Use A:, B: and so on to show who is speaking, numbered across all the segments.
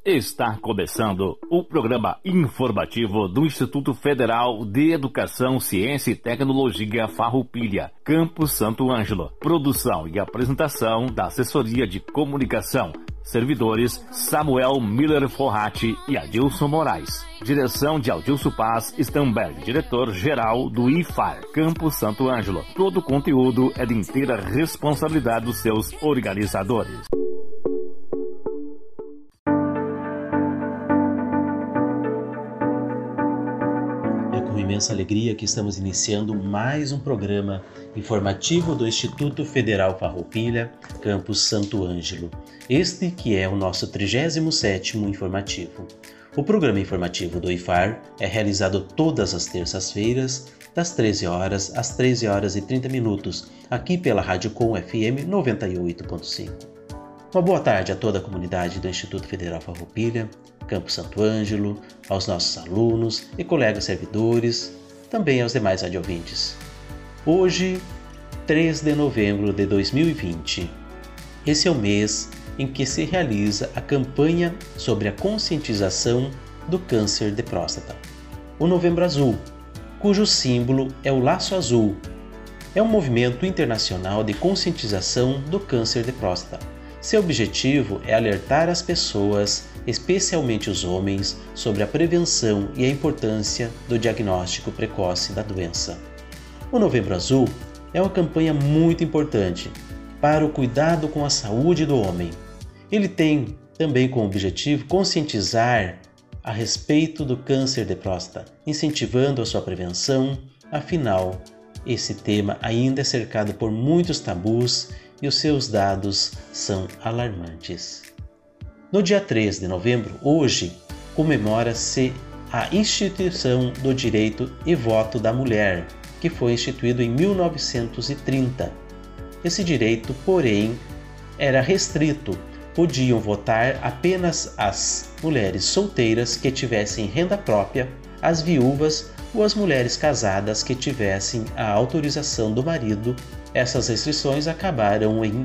A: Está começando o programa informativo do Instituto Federal de Educação, Ciência e Tecnologia Farroupilha, Campus Santo Ângelo. Produção e apresentação da Assessoria de Comunicação. Servidores Samuel Miller Forrati e Adilson Moraes. Direção de Adilson Paz Stamberg, diretor-geral do IFAR, Campus Santo Ângelo. Todo o conteúdo é de inteira responsabilidade dos seus organizadores.
B: Com imensa alegria que estamos iniciando mais um programa informativo do Instituto Federal Farroupilha, Campus Santo Ângelo. Este que é o nosso 37º informativo. O programa informativo do IFAR é realizado todas as terças-feiras, das 13 horas às 13 horas e 30 minutos, aqui pela Rádio Com FM 98.5. Uma boa tarde a toda a comunidade do Instituto Federal Farroupilha, Campus Santo Ângelo, aos nossos alunos e colegas servidores, também aos demais radiovintes. Hoje, 3 de novembro de 2020, esse é o mês em que se realiza a campanha sobre a conscientização do câncer de próstata. O Novembro Azul, cujo símbolo é o laço azul, é um movimento internacional de conscientização do câncer de próstata. Seu objetivo é alertar as pessoas, especialmente os homens, sobre a prevenção e a importância do diagnóstico precoce da doença. O Novembro Azul é uma campanha muito importante para o cuidado com a saúde do homem. Ele tem também como objetivo conscientizar a respeito do câncer de próstata, incentivando a sua prevenção. Afinal, esse tema ainda é cercado por muitos tabus e os seus dados são alarmantes. No dia 3 de novembro, hoje, comemora-se a instituição do direito e voto da mulher, que foi instituído em 1930. Esse direito, porém, era restrito. Podiam votar apenas as mulheres solteiras que tivessem renda própria, as viúvas ou as mulheres casadas que tivessem a autorização do marido. Essas restrições acabaram em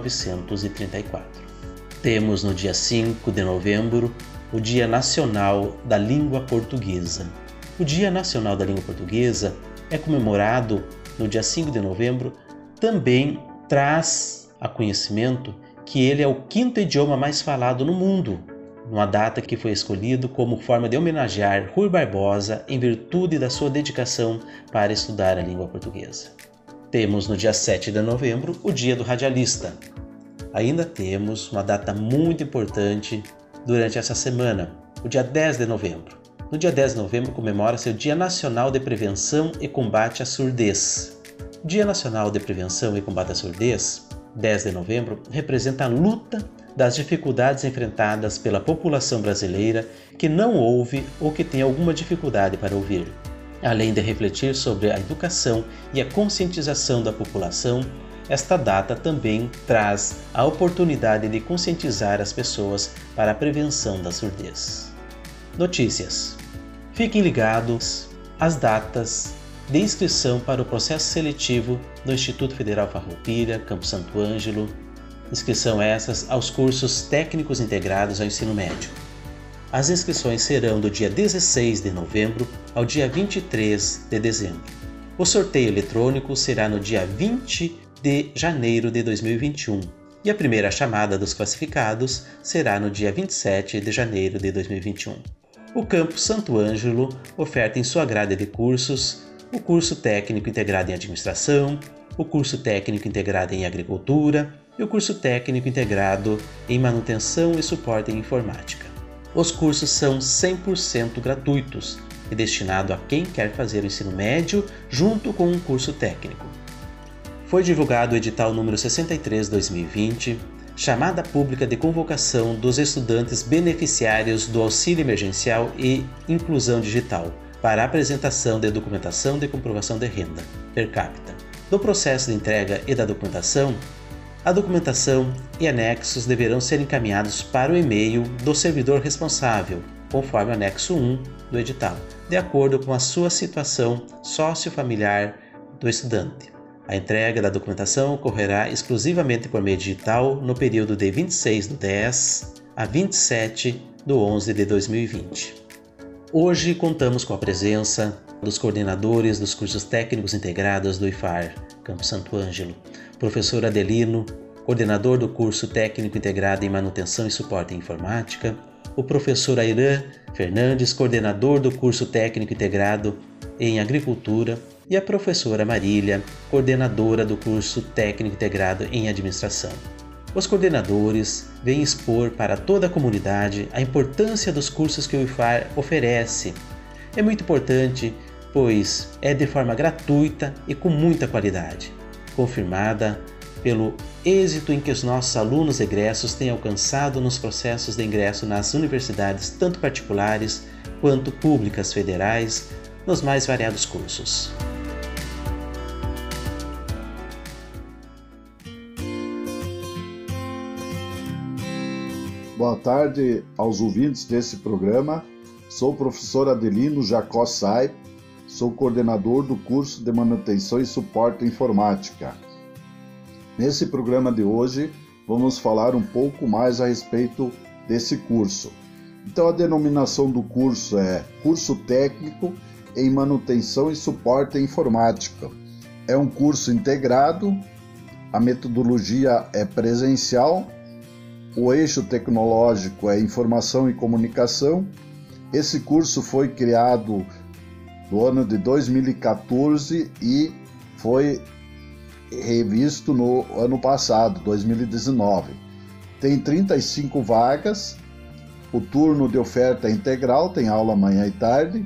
B: 1934. Temos no dia 5 de novembro o Dia Nacional da Língua Portuguesa. O Dia Nacional da Língua Portuguesa é comemorado no dia 5 de novembro, também traz a conhecimento que ele é o 5º idioma mais falado no mundo, uma data que foi escolhido como forma de homenagear Rui Barbosa em virtude da sua dedicação para estudar a língua portuguesa. Temos no dia 7 de novembro o Dia do Radialista. Ainda temos uma data muito importante durante essa semana, o dia 10 de novembro. No dia 10 de novembro comemora-se o Dia Nacional de Prevenção e Combate à Surdez. O Dia Nacional de Prevenção e Combate à Surdez, 10 de novembro, representa a luta das dificuldades enfrentadas pela população brasileira que não ouve ou que tem alguma dificuldade para ouvir. Além de refletir sobre a educação e a conscientização da população, esta data também traz a oportunidade de conscientizar as pessoas para a prevenção da surdez. Notícias. Fiquem ligados às datas de inscrição para o processo seletivo do Instituto Federal Farroupilha, Campus Santo Ângelo. Inscrição essas aos cursos técnicos integrados ao ensino médio. As inscrições serão do dia 16 de novembro ao dia 23 de dezembro. O sorteio eletrônico será no dia 20 de janeiro de 2021 e a primeira chamada dos classificados será no dia 27 de janeiro de 2021. O Campus Santo Ângelo oferta em sua grade de cursos o curso técnico integrado em administração, o curso técnico integrado em agricultura e o curso técnico integrado em manutenção e suporte em informática. Os cursos são 100% gratuitos e destinados a quem quer fazer o ensino médio junto com um curso técnico. Foi divulgado o edital número 63/2020, chamada pública de convocação dos estudantes beneficiários do Auxílio Emergencial e Inclusão Digital para a apresentação de documentação de comprovação de renda per capita. No processo de entrega e da documentação, a documentação e anexos deverão ser encaminhados para o e-mail do servidor responsável, conforme o anexo 1 do edital, de acordo com a sua situação sociofamiliar do estudante. A entrega da documentação ocorrerá exclusivamente por meio digital no período de 26/10 a 27 de 11 de 2020. Hoje contamos com a presença dos coordenadores dos cursos técnicos integrados do IFAR, Campo Santo Ângelo, professor Adelino, coordenador do curso técnico integrado em manutenção e suporte em informática, o professor Airan Fernandes, coordenador do curso técnico integrado em agricultura, e a professora Marília, coordenadora do curso técnico integrado em administração. Os coordenadores vêm expor para toda a comunidade a importância dos cursos que o IFAR oferece. É muito importante, pois é de forma gratuita e com muita qualidade, confirmada pelo êxito em que os nossos alunos egressos têm alcançado nos processos de ingresso nas universidades, tanto particulares quanto públicas federais, nos mais variados cursos.
C: Boa tarde aos ouvintes desse programa. Sou o professor Adelino Jacó Sai, sou coordenador do curso de Manutenção e Suporte Informática. Nesse programa de hoje, vamos falar um pouco mais a respeito desse curso. Então, a denominação do curso é Curso Técnico em Manutenção e Suporte Informática. É um curso integrado, a metodologia é presencial, o eixo tecnológico é Informação e Comunicação. Esse curso foi criado no ano de 2014 e foi revisto no ano passado, 2019. Tem 35 vagas, o turno de oferta é integral, tem aula manhã e tarde,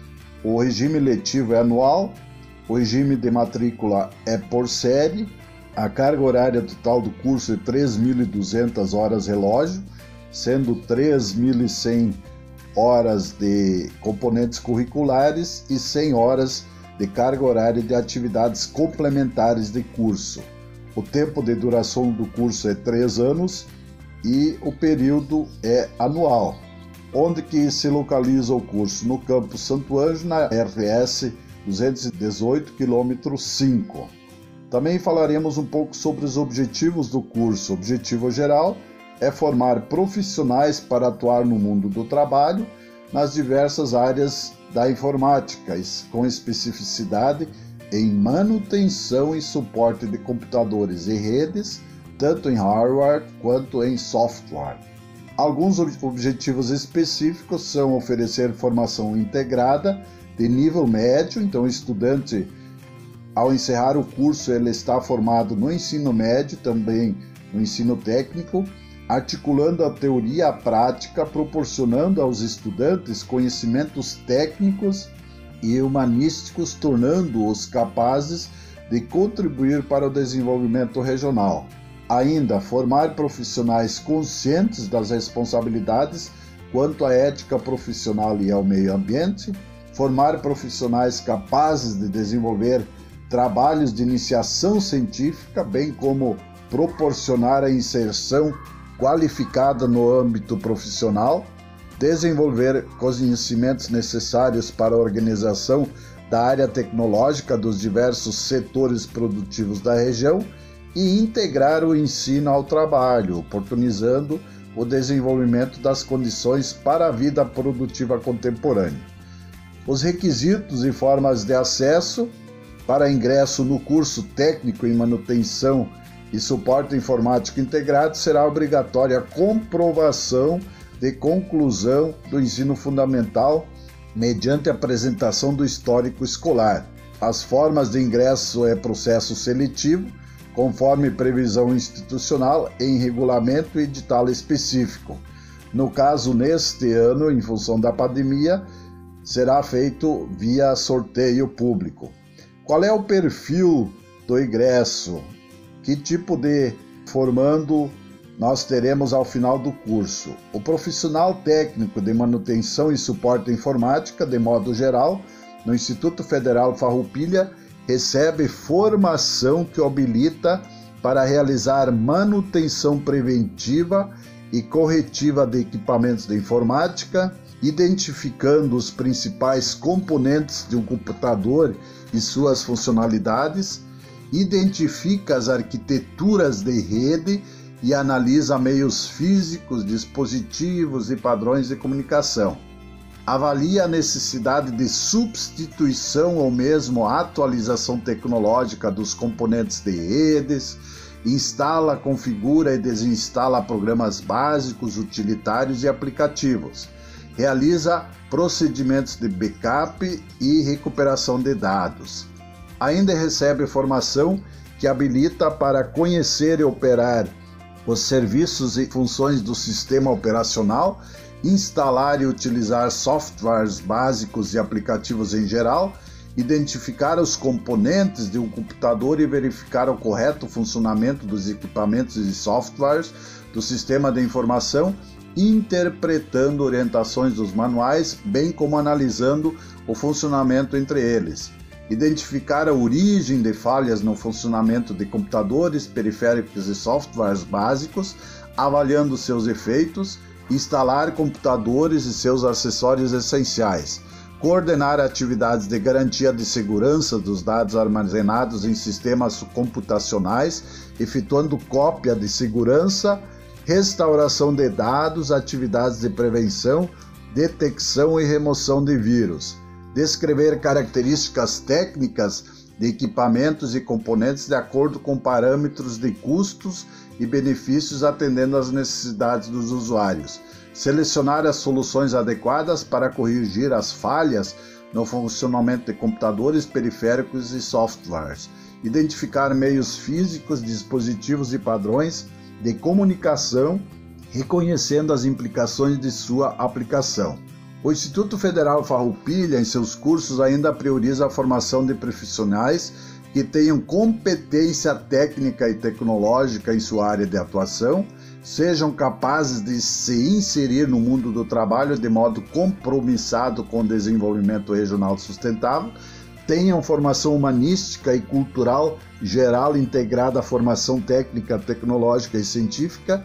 C: o regime letivo é anual, o regime de matrícula é por série, a carga horária total do curso é 3.200 horas relógio, sendo 3.100 horas de componentes curriculares e 100 horas de carga horária de atividades complementares de curso. O tempo de duração do curso é 3 anos e o período é anual. Onde que se localiza o curso? No Campo Santo Ângelo, na RS 218, km 5. Também falaremos um pouco sobre os objetivos do curso. O objetivo geral é formar profissionais para atuar no mundo do trabalho nas diversas áreas da informática, com especificidade em manutenção e suporte de computadores e redes, tanto em hardware quanto em software. Alguns objetivos específicos são oferecer formação integrada de nível médio, então o estudante, ao encerrar o curso, ele está formado no ensino médio, também no ensino técnico, articulando a teoria e a prática, proporcionando aos estudantes conhecimentos técnicos e humanísticos, tornando-os capazes de contribuir para o desenvolvimento regional. Ainda, formar profissionais conscientes das responsabilidades quanto à ética profissional e ao meio ambiente, formar profissionais capazes de desenvolver trabalhos de iniciação científica, bem como proporcionar a inserção qualificada no âmbito profissional, desenvolver conhecimentos necessários para a organização da área tecnológica dos diversos setores produtivos da região e integrar o ensino ao trabalho, oportunizando o desenvolvimento das condições para a vida produtiva contemporânea. Os requisitos e formas de acesso para ingresso no curso técnico em manutenção e suporte informático integrado será obrigatória a comprovação de conclusão do ensino fundamental mediante apresentação do histórico escolar. As formas de ingresso é processo seletivo, conforme previsão institucional em regulamento e edital específico. No caso, neste ano, em função da pandemia, será feito via sorteio público. Qual é o perfil do ingresso? Que tipo de formando nós teremos ao final do curso? O profissional técnico de manutenção e suporte informática, de modo geral, no Instituto Federal Farroupilha, recebe formação que o habilita para realizar manutenção preventiva e corretiva de equipamentos de informática, identificando os principais componentes de um computador e suas funcionalidades, identifica as arquiteturas de rede e analisa meios físicos, dispositivos e padrões de comunicação. Avalia a necessidade de substituição ou mesmo atualização tecnológica dos componentes de redes, instala, configura e desinstala programas básicos, utilitários e aplicativos. Realiza procedimentos de backup e recuperação de dados. Ainda recebe formação que habilita para conhecer e operar os serviços e funções do sistema operacional, instalar e utilizar softwares básicos e aplicativos em geral, identificar os componentes de um computador e verificar o correto funcionamento dos equipamentos e softwares do sistema de informação, interpretando orientações dos manuais, bem como analisando o funcionamento entre eles. Identificar a origem de falhas no funcionamento de computadores, periféricos e softwares básicos, avaliando seus efeitos, instalar computadores e seus acessórios essenciais, coordenar atividades de garantia de segurança dos dados armazenados em sistemas computacionais, efetuando cópia de segurança, restauração de dados, atividades de prevenção, detecção e remoção de vírus. Descrever características técnicas de equipamentos e componentes de acordo com parâmetros de custos e benefícios atendendo às necessidades dos usuários. Selecionar as soluções adequadas para corrigir as falhas no funcionamento de computadores, periféricos e softwares. Identificar meios físicos, dispositivos e padrões de comunicação, reconhecendo as implicações de sua aplicação. O Instituto Federal Farroupilha, em seus cursos, ainda prioriza a formação de profissionais que tenham competência técnica e tecnológica em sua área de atuação, sejam capazes de se inserir no mundo do trabalho de modo compromissado com o desenvolvimento regional sustentável, tenham formação humanística e cultural geral integrada à formação técnica, tecnológica e científica,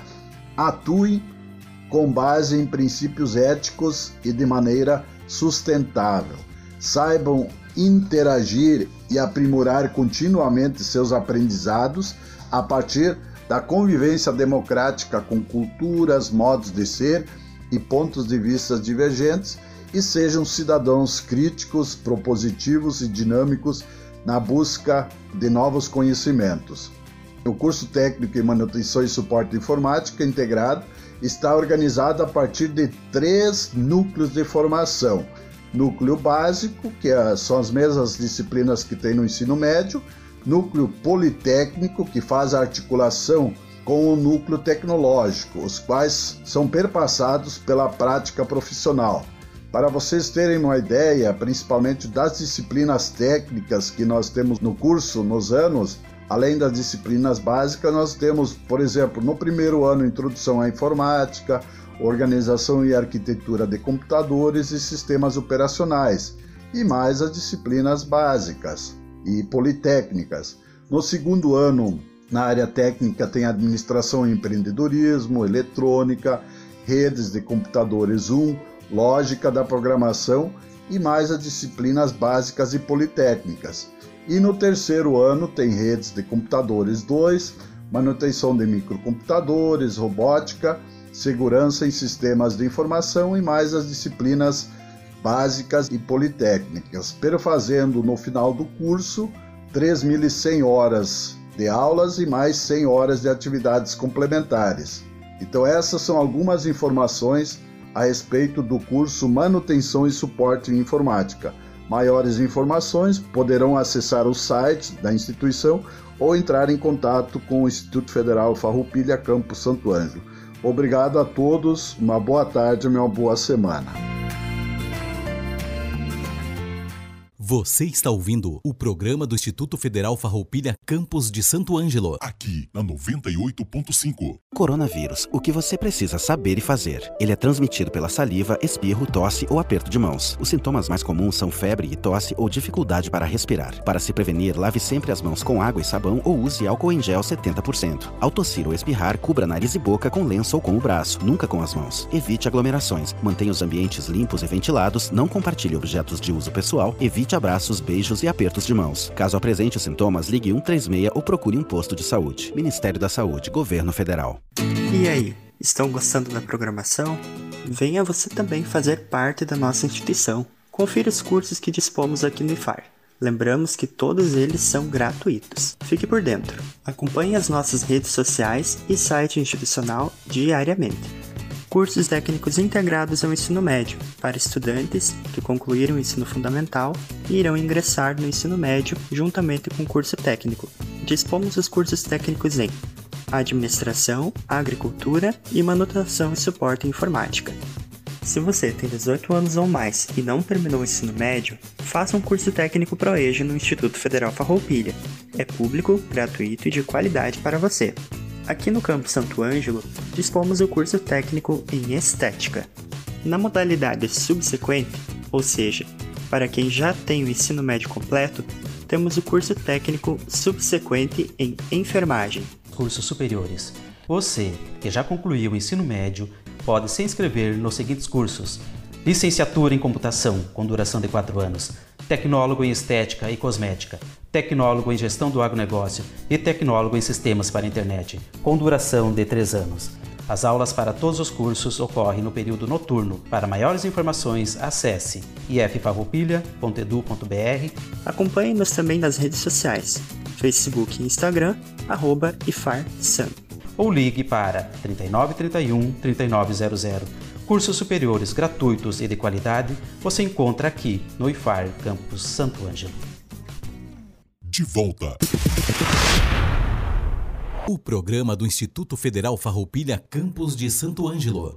C: atuem com base em princípios éticos e de maneira sustentável. Saibam interagir e aprimorar continuamente seus aprendizados a partir da convivência democrática com culturas, modos de ser e pontos de vista divergentes e sejam cidadãos críticos, propositivos e dinâmicos na busca de novos conhecimentos. O curso técnico em manutenção e suporte de informática integrado está organizado a partir de 3 núcleos de formação. Núcleo básico, que são as mesmas disciplinas que tem no ensino médio, núcleo politécnico, que faz a articulação com o núcleo tecnológico, os quais são perpassados pela prática profissional. Para vocês terem uma ideia, principalmente das disciplinas técnicas que nós temos no curso nos anos, além das disciplinas básicas, nós temos, por exemplo, no primeiro ano, Introdução à Informática, Organização e Arquitetura de Computadores e Sistemas Operacionais, e mais as disciplinas básicas e politécnicas. No segundo ano, na área técnica, tem Administração e Empreendedorismo, Eletrônica, Redes de Computadores 1, Lógica da Programação e mais as disciplinas básicas e politécnicas. E no terceiro ano tem Redes de Computadores 2, Manutenção de Microcomputadores, Robótica, Segurança em Sistemas de Informação e mais as disciplinas básicas e politécnicas, perfazendo no final do curso 3.100 horas de aulas e mais 100 horas de atividades complementares. Então essas são algumas informações a respeito do curso Manutenção e Suporte em Informática. Maiores informações poderão acessar o site da instituição ou entrar em contato com o Instituto Federal Farroupilha, Campus Santo Ângelo. Obrigado a todos, uma boa tarde e uma boa semana.
D: Você está ouvindo o programa do Instituto Federal Farroupilha, Campus de Santo Ângelo.
E: Aqui na 98.5.
F: Coronavírus, o que você precisa saber e fazer. Ele é transmitido pela saliva, espirro, tosse ou aperto de mãos. Os sintomas mais comuns são febre e tosse ou dificuldade para respirar. Para se prevenir, lave sempre as mãos com água e sabão ou use álcool em gel 70%. Ao tossir ou espirrar, cubra nariz e boca com lenço ou com o braço, nunca com as mãos. Evite aglomerações, mantenha os ambientes limpos e ventilados, não compartilhe objetos de uso pessoal, evite abraços, beijos e apertos de mãos. Caso apresente os sintomas, ligue 136 ou procure um posto de saúde. Ministério da Saúde, Governo Federal.
G: E aí, estão gostando da programação? Venha você também fazer parte da nossa instituição. Confira os cursos que dispomos aqui no IFAR. Lembramos que todos eles são gratuitos. Fique por dentro. Acompanhe as nossas redes sociais e site institucional diariamente. Cursos técnicos integrados ao ensino médio, para estudantes que concluíram o ensino fundamental e irão ingressar no ensino médio juntamente com o curso técnico. Dispomos os cursos técnicos em Administração, Agricultura e Manutenção e Suporte em Informática. Se você tem 18 anos ou mais e não terminou o ensino médio, faça um curso técnico ProEjo no Instituto Federal Farroupilha. É público, gratuito e de qualidade para você. Aqui no Campus Santo Ângelo, dispomos o curso técnico em Estética. Na modalidade subsequente, ou seja, para quem já tem o ensino médio completo, temos o curso técnico subsequente em Enfermagem.
B: Cursos superiores. Você, que já concluiu o ensino médio, pode se inscrever nos seguintes cursos: Licenciatura em Computação, com duração de 4 anos, Tecnólogo em Estética e Cosmética, Tecnólogo em Gestão do Agronegócio e Tecnólogo em Sistemas para a Internet, com duração de 3 anos. As aulas para todos os cursos ocorrem no período noturno. Para maiores informações, acesse iffarroupilha.edu.br.
G: Acompanhe-nos também nas redes sociais, Facebook e Instagram, @IFARSAM.
B: Ou ligue para 3931 3900. Cursos superiores gratuitos e de qualidade você encontra aqui no IFAR Campus Santo Ângelo.
E: De volta.
D: O programa do Instituto Federal Farroupilha Campus de Santo Ângelo.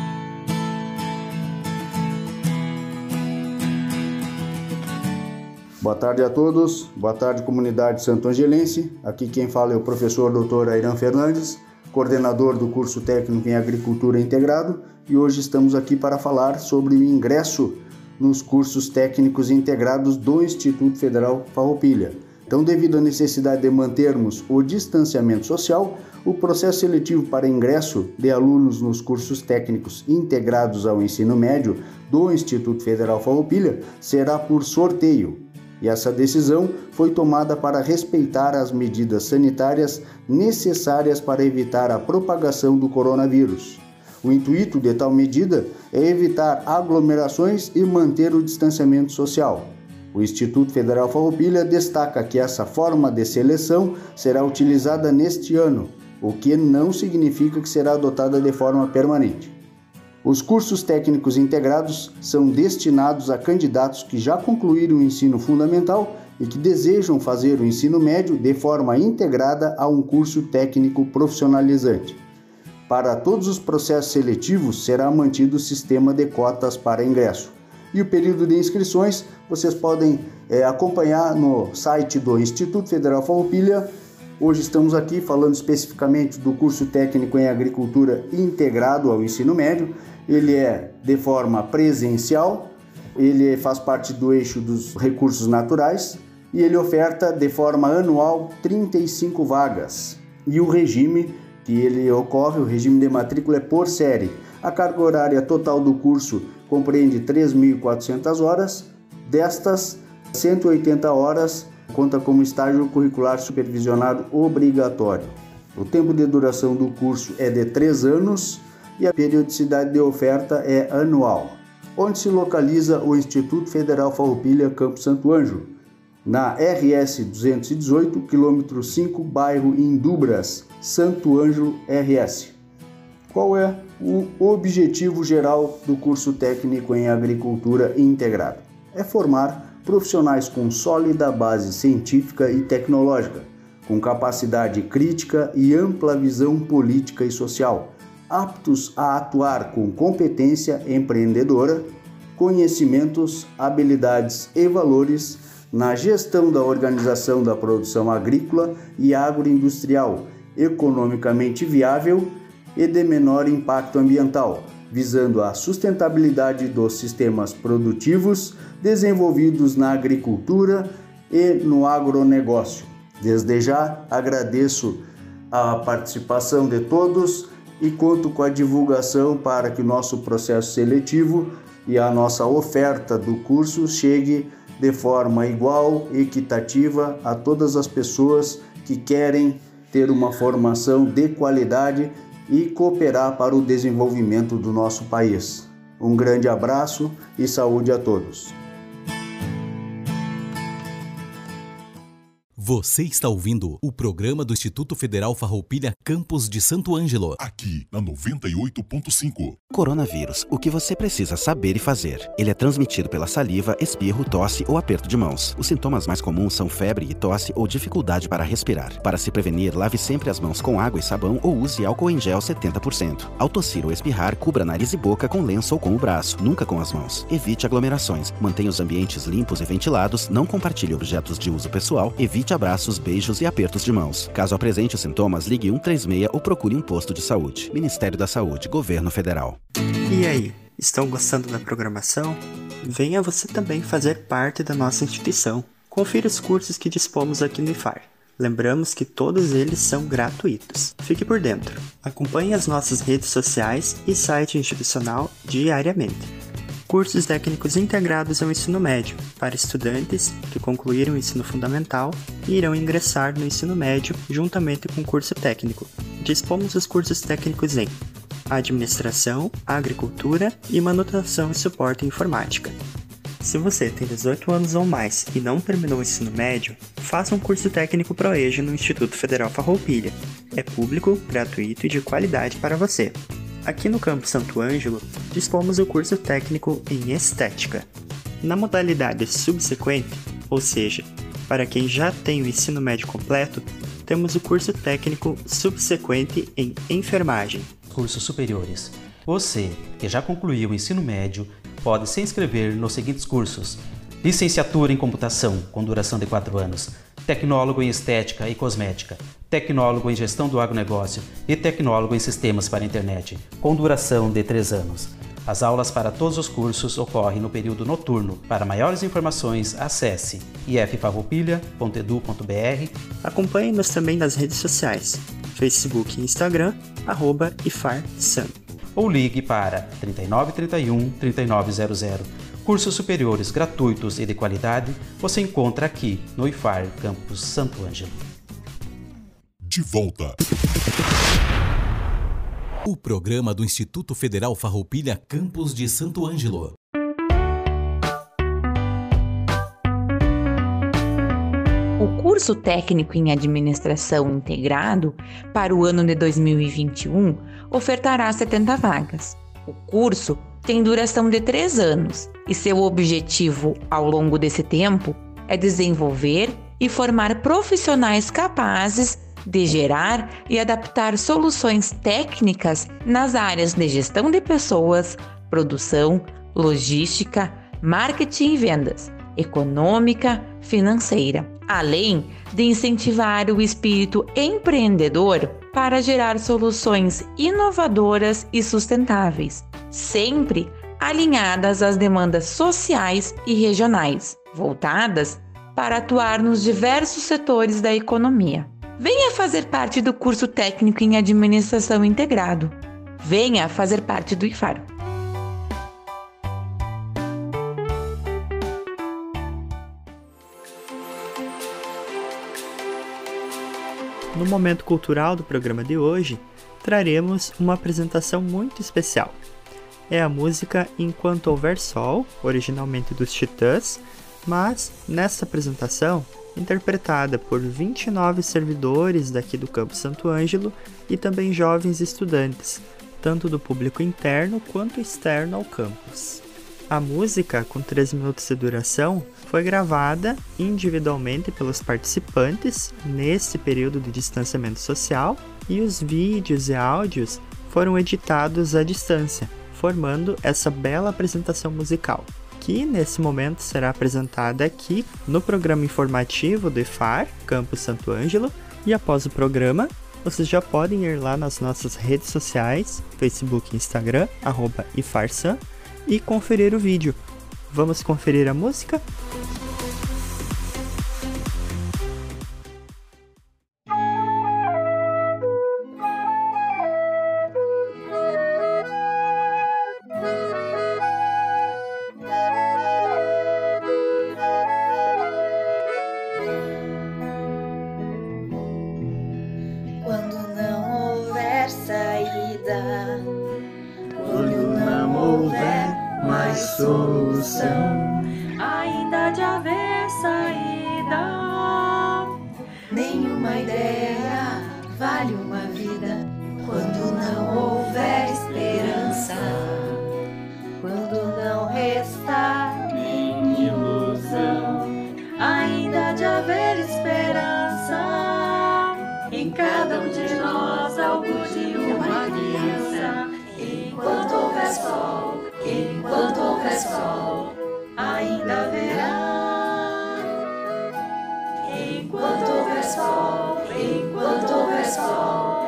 C: Boa tarde a todos, boa tarde comunidade santo-angelense. Aqui quem fala é o professor Dr. Airan Fernandes, coordenador do curso técnico em agricultura integrado, e hoje estamos aqui para falar sobre o ingresso nos cursos técnicos integrados do Instituto Federal Farroupilha. Então, devido à necessidade de mantermos o distanciamento social, o processo seletivo para ingresso de alunos nos cursos técnicos integrados ao ensino médio do Instituto Federal Farroupilha será por sorteio. E essa decisão foi tomada para respeitar as medidas sanitárias necessárias para evitar a propagação do coronavírus. O intuito de tal medida é evitar aglomerações e manter o distanciamento social. O Instituto Federal Farroupilha destaca que essa forma de seleção será utilizada neste ano, o que não significa que será adotada de forma permanente. Os cursos técnicos integrados são destinados a candidatos que já concluíram o ensino fundamental e que desejam fazer o ensino médio de forma integrada a um curso técnico profissionalizante. Para todos os processos seletivos será mantido o sistema de cotas para ingresso. E o período de inscrições vocês podem acompanhar no site do Instituto Federal Farroupilha. Hoje estamos aqui falando especificamente do curso técnico em agricultura integrado ao ensino médio. Ele é de forma presencial, ele faz parte do eixo dos recursos naturais e ele oferta de forma anual 35 vagas. E o regime que ele ocorre, o regime de matrícula é por série. A carga horária total do curso compreende 3.400 horas, destas 180 horas conta como estágio curricular supervisionado obrigatório. O tempo de duração do curso é de 3 anos e a periodicidade de oferta é anual. Onde se localiza o Instituto Federal Farroupilha Campus Santo Ângelo? Na RS 218, quilômetro 5, bairro Indubras, Santo Ângelo, RS. Qual é o objetivo geral do curso técnico em agricultura integrado? É formar profissionais com sólida base científica e tecnológica, com capacidade crítica e ampla visão política e social, aptos a atuar com competência empreendedora, conhecimentos, habilidades e valores na gestão da organização da produção agrícola e agroindustrial, economicamente viável e de menor impacto ambiental, visando a sustentabilidade dos sistemas produtivos desenvolvidos na agricultura e no agronegócio. Desde já agradeço a participação de todos e conto com a divulgação para que o nosso processo seletivo e a nossa oferta do curso chegue
H: de forma igual e equitativa a todas as pessoas que querem ter uma formação de qualidade e cooperar para o desenvolvimento do nosso país. Um grande abraço e saúde a todos.
D: Você está ouvindo o programa do Instituto Federal Farroupilha Campus de Santo Ângelo.
E: Aqui na 98.5.
F: Coronavírus, o que você precisa saber e fazer. Ele é transmitido pela saliva, espirro, tosse ou aperto de mãos. Os sintomas mais comuns são febre e tosse ou dificuldade para respirar. Para se prevenir, lave sempre as mãos com água e sabão ou use álcool em gel 70%. Ao tossir ou espirrar, cubra nariz e boca com lenço ou com o braço, nunca com as mãos. Evite aglomerações, mantenha os ambientes limpos e ventilados, não compartilhe objetos de uso pessoal, evite abraços, beijos e apertos de mãos. Caso apresente os sintomas, ligue 136 ou procure um posto de saúde. Ministério da Saúde, Governo Federal.
G: E aí, estão gostando da programação? Venha você também fazer parte da nossa instituição. Confira os cursos que dispomos aqui no IFAR. Lembramos que todos eles são gratuitos. Fique por dentro. Acompanhe as nossas redes sociais e site institucional diariamente. Cursos técnicos integrados ao ensino médio, para estudantes que concluíram o ensino fundamental e irão ingressar no ensino médio juntamente com o curso técnico. Dispomos os cursos técnicos em Administração, Agricultura e Manutenção e Suporte em Informática. Se você tem 18 anos ou mais e não terminou o ensino médio, faça um curso técnico ProEjo no Instituto Federal Farroupilha. É público, gratuito e de qualidade para você. Aqui no Campus Santo Ângelo, dispomos o curso técnico em Estética. Na modalidade subsequente, ou seja, para quem já tem o ensino médio completo, temos o curso técnico subsequente em Enfermagem.
B: Cursos superiores. Você, que já concluiu o ensino médio, pode se inscrever nos seguintes cursos: Licenciatura em Computação, com duração de 4 anos, Tecnólogo em Estética e Cosmética, Tecnólogo em Gestão do Agronegócio e Tecnólogo em Sistemas para a Internet, com duração de 3 anos. As aulas para todos os cursos ocorrem no período noturno. Para maiores informações, acesse iffarroupilha.edu.br.
G: Acompanhe-nos também nas redes sociais, Facebook e Instagram, @IFARSAM.
B: Ou ligue para 3931 3900. Cursos superiores gratuitos e de qualidade você encontra aqui no IFAR Campus Santo Ângelo.
E: De volta.
D: O programa do Instituto Federal Farroupilha Campus de Santo Ângelo.
I: O curso técnico em administração integrado para o ano de 2021 ofertará 70 vagas. O curso tem duração de 3 anos e seu objetivo ao longo desse tempo é desenvolver e formar profissionais capazes de gerar e adaptar soluções técnicas nas áreas de gestão de pessoas, produção, logística, marketing e vendas, econômica, financeira, além de incentivar o espírito empreendedor para gerar soluções inovadoras e sustentáveis, sempre alinhadas às demandas sociais e regionais, voltadas para atuar nos diversos setores da economia. Venha fazer parte do curso técnico em administração integrado. Venha fazer parte do IFAR.
G: No momento cultural do programa de hoje, traremos uma apresentação muito especial. É a música Enquanto Houver Sol, originalmente dos Titãs, mas nessa apresentação, interpretada por 29 servidores daqui do Campus Santo Ângelo e também jovens estudantes, tanto do público interno quanto externo ao campus. A música, com 3 minutos de duração, foi gravada individualmente pelos participantes nesse período de distanciamento social e os vídeos e áudios foram editados à distância, formando essa bela apresentação musical, que nesse momento será apresentada aqui no programa informativo do IFAR, Campus Santo Ângelo, e após o programa, vocês já podem ir lá nas nossas redes sociais, Facebook e Instagram, @IFARSAM, e conferir o vídeo. Vamos conferir a música?
J: mais solução, ainda de haver saída.
K: Nenhuma ideia vale uma vida quando não houver esperança, quando não restar nem ilusão, ainda de haver esperança. Em cada um de nós algo de uma criança. Enquanto houver sol, enquanto houver sol, ainda haverá. Enquanto houver sol, enquanto houver sol.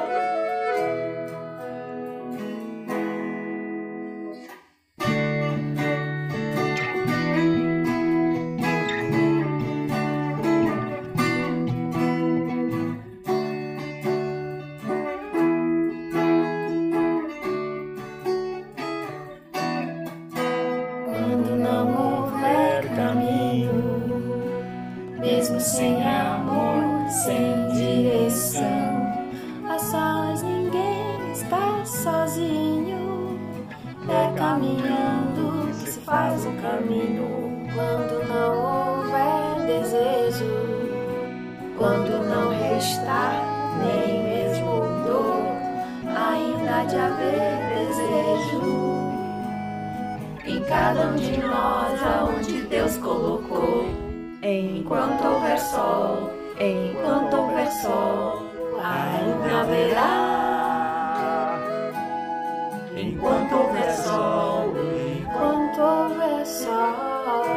J: Quando não houver caminho, mesmo sem amor, sem direção, a sós ninguém está sozinho. É caminhando que se faz um caminho. Quando não houver desejo, quando não restar nem mesmo dor, ainda há de haver desejo. Em cada um de nós, aonde Deus colocou. Enquanto houver sol, enquanto houver sol, ainda haverá. Enquanto houver sol, enquanto houver sol.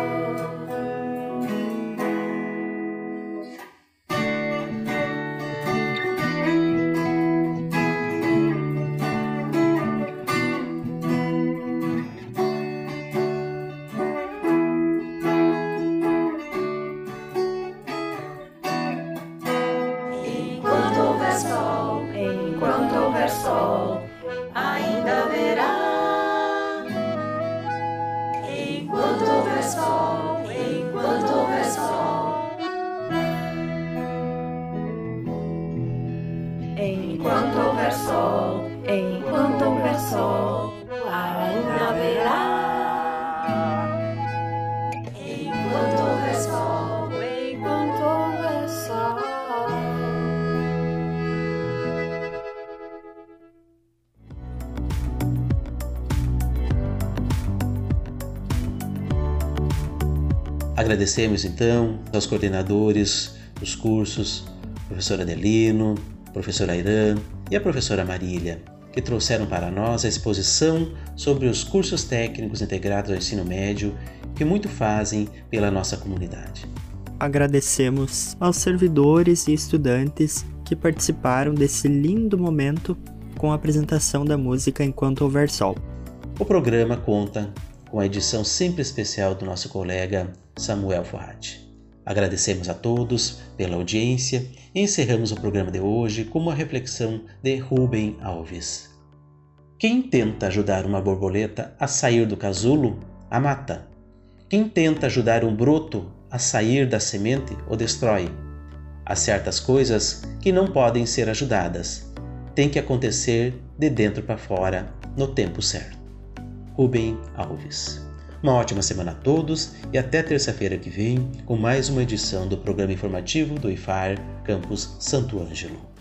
J: Enquanto houver sol, ainda haverá. Enquanto houver sol, enquanto houver sol. Enquanto houver sol, enquanto houver sol, ainda haverá. Enquanto houver sol, enquanto houver sol.
B: Agradecemos então aos coordenadores dos cursos, professor Adelino, professor Airan e a professora Marília, que trouxeram para nós a exposição sobre os cursos técnicos integrados ao ensino médio que muito fazem pela nossa comunidade.
G: Agradecemos aos servidores e estudantes que participaram desse lindo momento com a apresentação da música Enquanto Houver Sol.
B: O programa conta com a edição sempre especial do nosso colega Samuel Forrati. Agradecemos a todos pela audiência e encerramos o programa de hoje com uma reflexão de Rubem Alves. Quem tenta ajudar uma borboleta a sair do casulo, a mata. Quem tenta ajudar um broto a sair da semente, o destrói. Há certas coisas que não podem ser ajudadas. Tem que acontecer de dentro para fora, no tempo certo. Rubem Alves. Uma ótima semana a todos e até terça-feira que vem com mais uma edição do programa informativo do IFAR Campus Santo Ângelo.